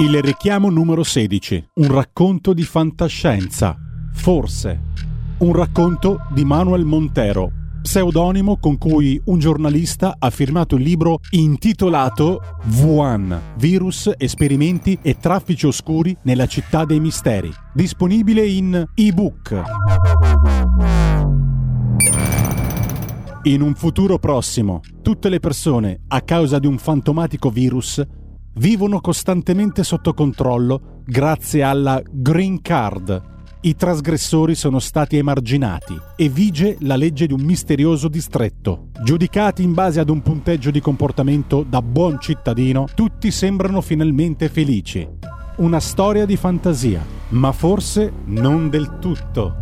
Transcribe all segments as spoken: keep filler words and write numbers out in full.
Il richiamo numero sedici. Un racconto di fantascienza. Forse. Un racconto di Manuel Montero, pseudonimo con cui un giornalista ha firmato il libro intitolato Wuhan, virus, esperimenti e traffici oscuri nella città dei misteri, disponibile in ebook. In un futuro prossimo, tutte le persone, a causa di un fantomatico virus, vivono costantemente sotto controllo grazie alla Green Card. I trasgressori sono stati emarginati e vige la legge di un misterioso distretto. Giudicati in base ad un punteggio di comportamento da buon cittadino, tutti sembrano finalmente felici. Una storia di fantasia, ma forse non del tutto.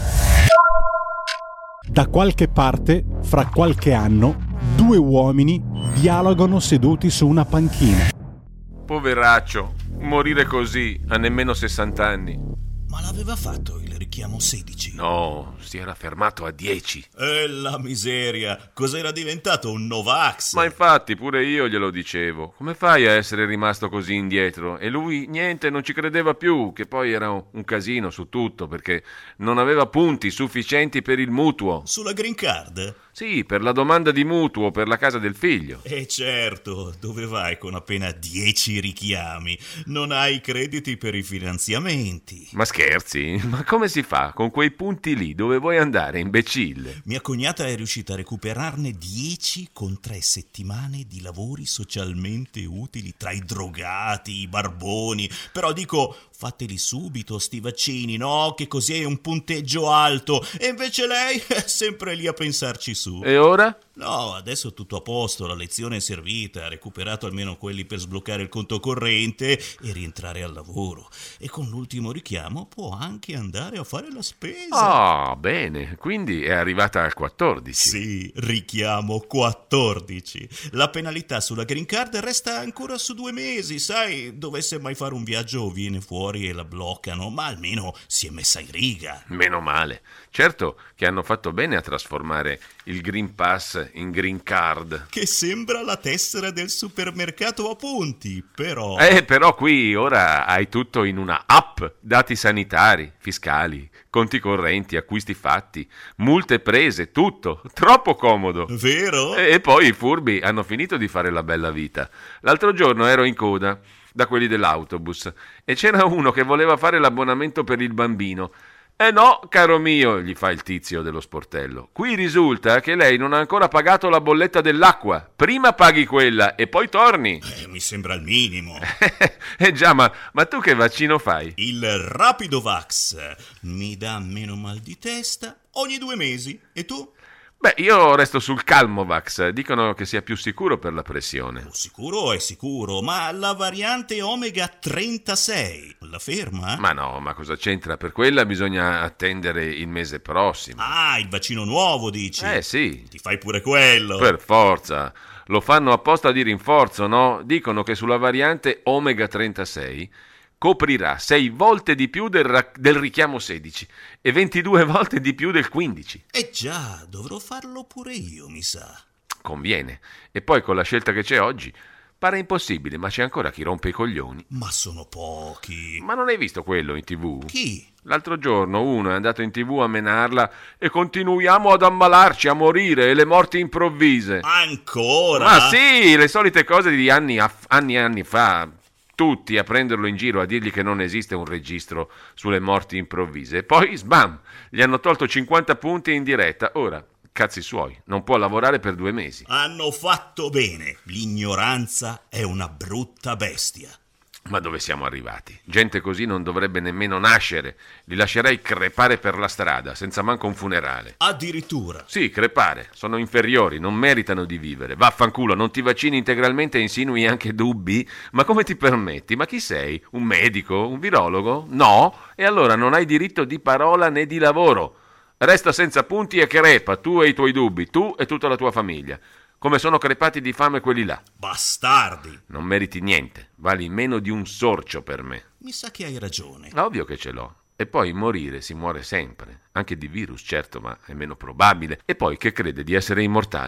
Da qualche parte, fra qualche anno, due uomini dialogano seduti su una panchina. Poveraccio, morire così a nemmeno sessanta anni. Ma l'aveva fatto il richiamo sedici? No, si era fermato a dieci. E la miseria, cos'era diventato un Novax? Ma infatti pure io glielo dicevo. Come fai a essere rimasto così indietro? E lui niente, non ci credeva più, che poi era un casino su tutto perché non aveva punti sufficienti per il mutuo. Sulla Green Card? Sì, per la domanda di mutuo per la casa del figlio. E certo, dove vai con appena dieci richiami? Non hai crediti per i finanziamenti. Ma scherzi? Ma come si fa? Con quei punti lì dove vuoi andare, imbecille? Mia cognata è riuscita a recuperarne dieci con tre settimane di lavori socialmente utili tra i drogati, i barboni. Però dico, fateli subito sti vaccini, no? Che così è un punteggio alto. E invece lei è sempre lì a pensarci su. E ora? No, adesso tutto a posto, la lezione è servita, ha recuperato almeno quelli per sbloccare il conto corrente e rientrare al lavoro. E con l'ultimo richiamo può anche andare a fare la spesa. Ah, bene, quindi è arrivata al quattordici. Sì, richiamo quattordici. La penalità sulla Green Card resta ancora su due mesi, sai? Dovesse mai fare un viaggio viene fuori e la bloccano, ma almeno si è messa in riga. Meno male. Certo che hanno fatto bene a trasformare il Green Pass in Green Card. Che sembra la tessera del supermercato a punti, però... Eh, però qui ora hai tutto in una app. Dati sanitari, fiscali, conti correnti, acquisti fatti, multe prese, tutto. Troppo comodo. Vero? E, e poi i furbi hanno finito di fare la bella vita. L'altro giorno ero in coda da quelli dell'autobus e c'era uno che voleva fare l'abbonamento per il bambino. Eh no, caro mio, gli fa il tizio dello sportello. Qui risulta che lei non ha ancora pagato la bolletta dell'acqua. Prima paghi quella e poi torni. Eh, mi sembra il minimo. Eh già, ma, ma tu che vaccino fai? Il Rapidovax. Mi dà meno mal di testa ogni due mesi. E tu? Beh, io resto sul Calmovax. Dicono che sia più sicuro per la pressione. Sicuro è sicuro, ma la variante Omega trentasei la ferma? Ma no, ma cosa c'entra? Per quella bisogna attendere il mese prossimo. Ah, il vaccino nuovo, dici? Eh sì. Ti fai pure quello. Per forza. Lo fanno apposta di rinforzo, no? Dicono che sulla variante Omega trentasei coprirà sei volte di più del, ra- del richiamo sedici e ventidue volte di più del quindici. Eh già, dovrò farlo pure io, mi sa. Conviene. E poi con la scelta che c'è oggi pare impossibile, ma c'è ancora chi rompe i coglioni. Ma sono pochi. Ma non hai visto quello in tv? Chi? L'altro giorno uno è andato in tv a menarla e continuiamo ad ammalarci, a morire e le morti improvvise. Ancora? Ma sì, le solite cose di anni, a- anni e anni fa. Tutti a prenderlo in giro, a dirgli che non esiste un registro sulle morti improvvise. E poi, sbam, gli hanno tolto cinquanta punti in diretta. Ora, cazzi suoi, non può lavorare per due mesi. Hanno fatto bene. L'ignoranza è una brutta bestia. Ma dove siamo arrivati? Gente così non dovrebbe nemmeno nascere. Li lascerei crepare per la strada, senza manco un funerale. Addirittura? Sì, crepare. Sono inferiori, non meritano di vivere. Vaffanculo, non ti vaccini integralmente e insinui anche dubbi? Ma come ti permetti? Ma chi sei? Un medico? Un virologo? No? E allora non hai diritto di parola né di lavoro. Resta senza punti e crepa, tu e i tuoi dubbi, tu e tutta la tua famiglia. Come sono crepati di fame quelli là. Bastardi! Non meriti niente, vali meno di un sorcio per me. Mi sa che hai ragione. Ovvio che ce l'ho. E poi morire si muore sempre. Anche di virus, certo, ma è meno probabile. E poi che crede di essere immortale?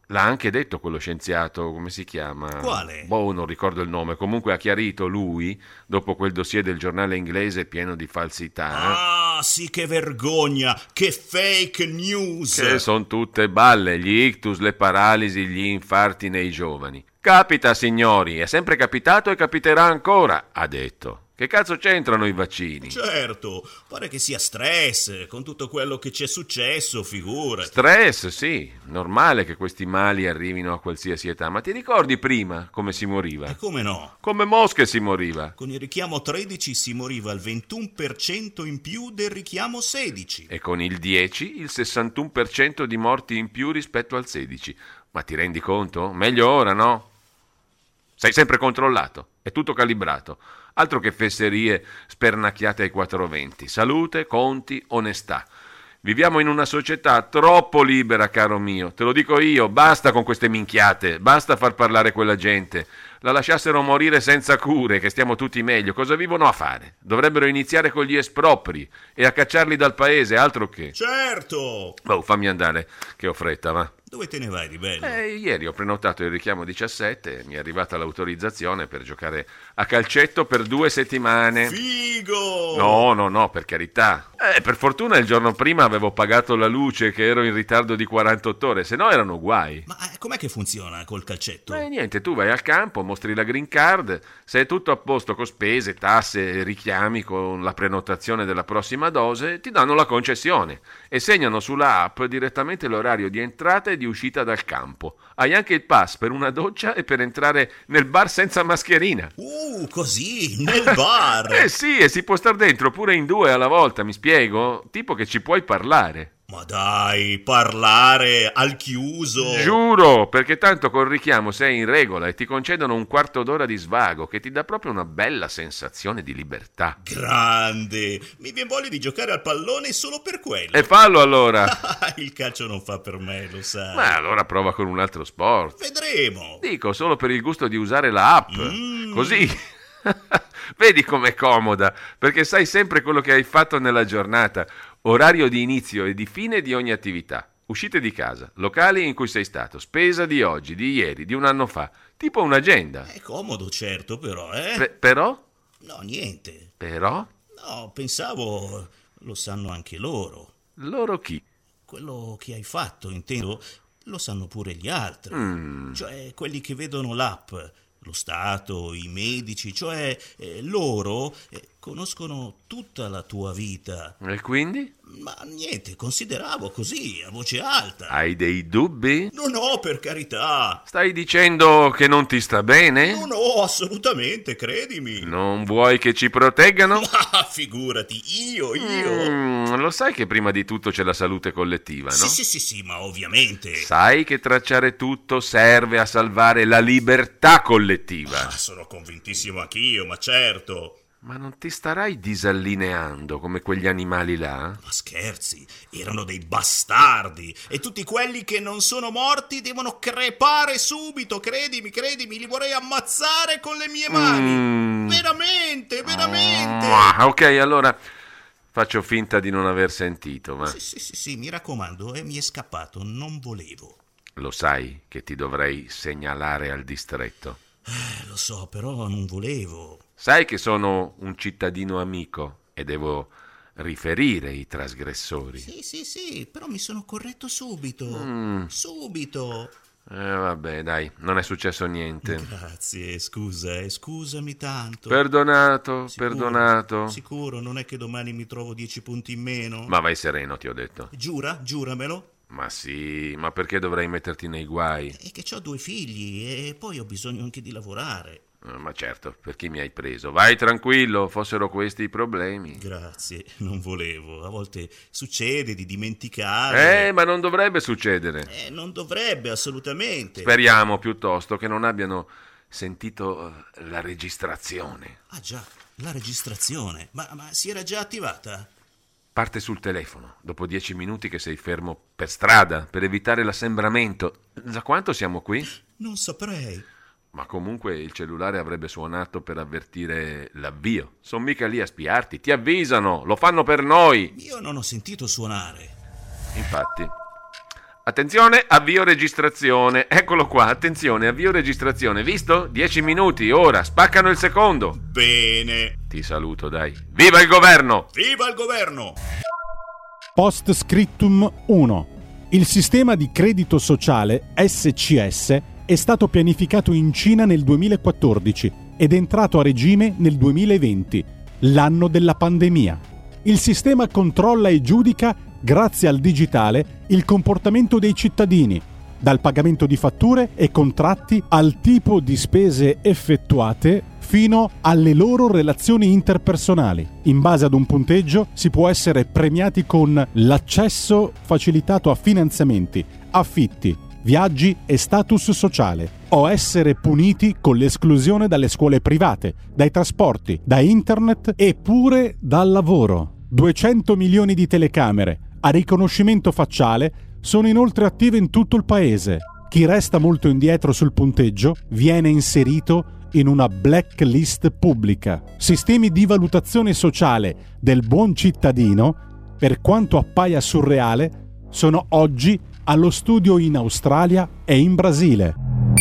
L'ha anche detto quello scienziato, come si chiama? Quale? Boh, non ricordo il nome. Comunque ha chiarito lui, dopo quel dossier del giornale inglese pieno di falsità. Ah, sì, che vergogna! Che fake news! Che sono tutte balle, gli ictus, le paralisi, gli infarti nei giovani. Capita, signori, è sempre capitato e capiterà ancora, ha detto. Che cazzo c'entrano i vaccini? Certo, pare che sia stress, con tutto quello che ci è successo, figura. Stress, sì, normale che questi mali arrivino a qualsiasi età, ma ti ricordi prima come si moriva? E come no? Come mosche si moriva. Con il richiamo tredici si moriva al ventuno per cento in più del richiamo sedici. E con il dieci il sessantuno per cento di morti in più rispetto al sedici. Ma ti rendi conto? Meglio ora, no? Sei sempre controllato, è tutto calibrato. Altro che fesserie spernacchiate ai quattrocentoventi. Salute, conti, onestà. Viviamo in una società troppo libera, caro mio. Te lo dico io, basta con queste minchiate, basta far parlare quella gente. La lasciassero morire senza cure, che stiamo tutti meglio. Cosa vivono a fare? Dovrebbero iniziare con gli espropri e a cacciarli dal paese, altro che... Certo! Oh, fammi andare, che ho fretta, va. Dove te ne vai di bello? Eh, ieri ho prenotato il richiamo diciassette, mi è arrivata l'autorizzazione per giocare a calcetto per due settimane. Figo! No, no, no, per carità. Eh, per fortuna il giorno prima avevo pagato la luce, che ero in ritardo di quarantotto ore, se no erano guai. Ma eh, com'è che funziona col calcetto? Eh, niente, tu vai al campo, mostri la green card, se è tutto a posto con spese, tasse, richiami, con la prenotazione della prossima dose, ti danno la concessione e segnano sulla app direttamente l'orario di entrata e di uscita dal campo. Hai anche il pass per una doccia e per entrare nel bar senza mascherina. Uh, così, nel bar! Eh sì, e si può star dentro pure in due alla volta, mi spiego? Tipo che ci puoi parlare. Ma dai, parlare al chiuso! Giuro, perché tanto col richiamo sei in regola e ti concedono un quarto d'ora di svago che ti dà proprio una bella sensazione di libertà. Grande! Mi viene voglia di giocare al pallone solo per quello. E fallo allora! Il calcio non fa per me, lo sai. Ma allora prova con un altro sport. Vedremo! Dico, solo per il gusto di usare la app. Mm. Così... Vedi com'è comoda, perché sai sempre quello che hai fatto nella giornata, orario di inizio e di fine di ogni attività, uscite di casa, locali in cui sei stato, spesa di oggi, di ieri, di un anno fa, tipo un'agenda. È comodo, certo, però, eh? Pe- però? No, niente. Però? No, pensavo lo sanno anche loro. Loro chi? Quello che hai fatto, intendo, lo sanno pure gli altri. Mm. Cioè, quelli che vedono l'app, lo Stato, i medici, cioè eh, loro eh, conoscono tutta la tua vita. E quindi? Ma niente, consideravo così, a voce alta. Hai dei dubbi? No, no, per carità. Stai dicendo che non ti sta bene? No, no, assolutamente, credimi. Non vuoi che ci proteggano? Ma figurati, io, io. Mm, lo sai che prima di tutto c'è la salute collettiva, no? Sì, sì, sì, sì, ma ovviamente. Sai che tracciare tutto serve a salvare la libertà collettiva. Ah, sono convintissimo anch'io, ma certo. Ma non ti starai disallineando come quegli animali là? Ma scherzi, erano dei bastardi e tutti quelli che non sono morti devono crepare subito, credimi, credimi, li vorrei ammazzare con le mie mani. Mm. Veramente, veramente. Ah, ok, allora faccio finta di non aver sentito, ma Sì, sì, sì, sì, mi raccomando, eh, mi è scappato, non volevo. lo sai che ti dovrei segnalare al distretto. Eh, lo so, però non volevo. Sai che sono un cittadino amico e devo riferire i trasgressori. Sì, sì, sì, però mi sono corretto subito. Mm. Subito. Eh, vabbè, dai, non è successo niente. Grazie, scusa, eh, scusami tanto. Perdonato, Sicuro? perdonato. Sicuro, non è che domani mi trovo dieci punti in meno? Ma vai sereno, ti ho detto. Giura? Giuramelo? Ma sì, ma perché dovrei metterti nei guai? È che ho due figli e poi ho bisogno anche di lavorare. Eh, Ma certo, per chi mi hai preso? Vai tranquillo, fossero questi i problemi. Grazie, non volevo. A volte succede di dimenticare. Eh, ma non dovrebbe succedere. Eh, non dovrebbe, assolutamente. Speriamo piuttosto che non abbiano sentito eh, la registrazione. Ah già, la registrazione. Ma, ma si era già attivata? Parte sul telefono, dopo dieci minuti che sei fermo per strada, per evitare l'assembramento. Da quanto siamo qui? Non saprei. Ma comunque il cellulare avrebbe suonato per avvertire l'avvio. Sono mica lì a spiarti, ti avvisano, lo fanno per noi. Io non ho sentito suonare. Infatti, Attenzione, avvio registrazione. Eccolo qua, attenzione, avvio registrazione. Visto? Dieci minuti, ora, spaccano il secondo. Bene. Ti saluto, dai. Viva il governo! Viva il governo! Post scriptum uno. Il sistema di credito sociale S C S è stato pianificato in Cina nel duemilaquattordici ed è entrato a regime nel duemilaventi, l'anno della pandemia. Il sistema controlla e giudica, grazie al digitale, il comportamento dei cittadini, dal pagamento di fatture e contratti al tipo di spese effettuate fino alle loro relazioni interpersonali. In base ad un punteggio si può essere premiati con l'accesso facilitato a finanziamenti, affitti, viaggi e status sociale, o essere puniti con l'esclusione dalle scuole private, dai trasporti, da internet e pure dal lavoro. duecento milioni di telecamere a riconoscimento facciale sono inoltre attive in tutto il paese. Chi resta molto indietro sul punteggio viene inserito in una blacklist pubblica. Sistemi di valutazione sociale del buon cittadino, per quanto appaia surreale, sono oggi allo studio in Australia e in Brasile.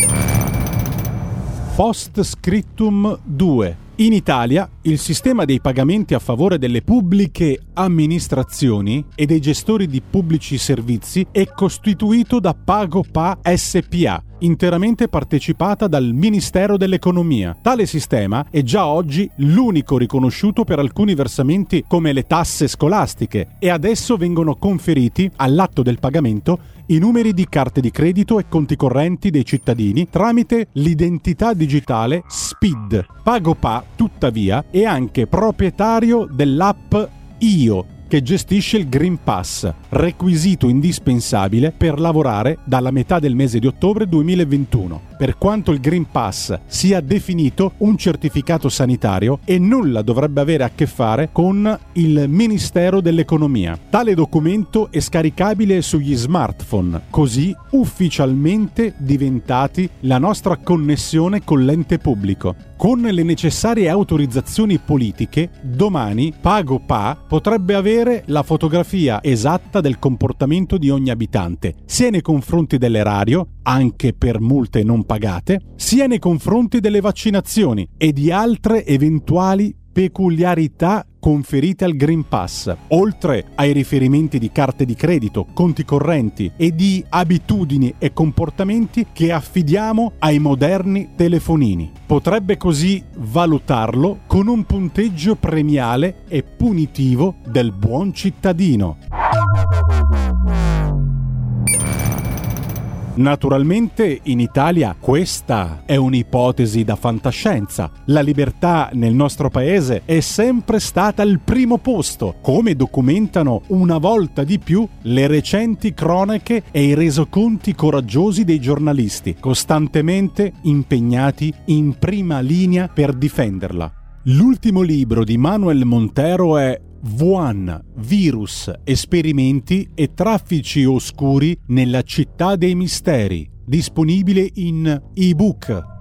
Post scriptum due. In Italia, il sistema dei pagamenti a favore delle pubbliche amministrazioni e dei gestori di pubblici servizi è costituito da PagoPA S P A, interamente partecipata dal Ministero dell'Economia. Tale sistema è già oggi l'unico riconosciuto per alcuni versamenti come le tasse scolastiche e adesso vengono conferiti all'atto del pagamento i numeri di carte di credito e conti correnti dei cittadini tramite l'identità digitale S P I D. PagoPA, tuttavia, è anche proprietario dell'app Io, che gestisce il Green Pass, requisito indispensabile per lavorare dalla metà del mese di ottobre duemilaventuno, per quanto il Green Pass sia definito un certificato sanitario e nulla dovrebbe avere a che fare con il Ministero dell'Economia. Tale documento è scaricabile sugli smartphone, così ufficialmente diventati la nostra connessione con l'ente pubblico. Con le necessarie autorizzazioni politiche, domani PagoPA potrebbe avere la fotografia esatta del comportamento di ogni abitante, sia nei confronti dell'erario, anche per multe non pagate, sia nei confronti delle vaccinazioni e di altre eventuali peculiarità conferite al Green Pass, oltre ai riferimenti di carte di credito, conti correnti e di abitudini e comportamenti che affidiamo ai moderni telefonini. Potrebbe così valutarlo con un punteggio premiale e punitivo del buon cittadino. Naturalmente in Italia questa è un'ipotesi da fantascienza. La libertà nel nostro paese è sempre stata al primo posto, come documentano una volta di più le recenti cronache e i resoconti coraggiosi dei giornalisti, costantemente impegnati in prima linea per difenderla. L'ultimo libro di Manuel Montero è Wuhan, virus, esperimenti e traffici oscuri nella città dei misteri, disponibile in ebook.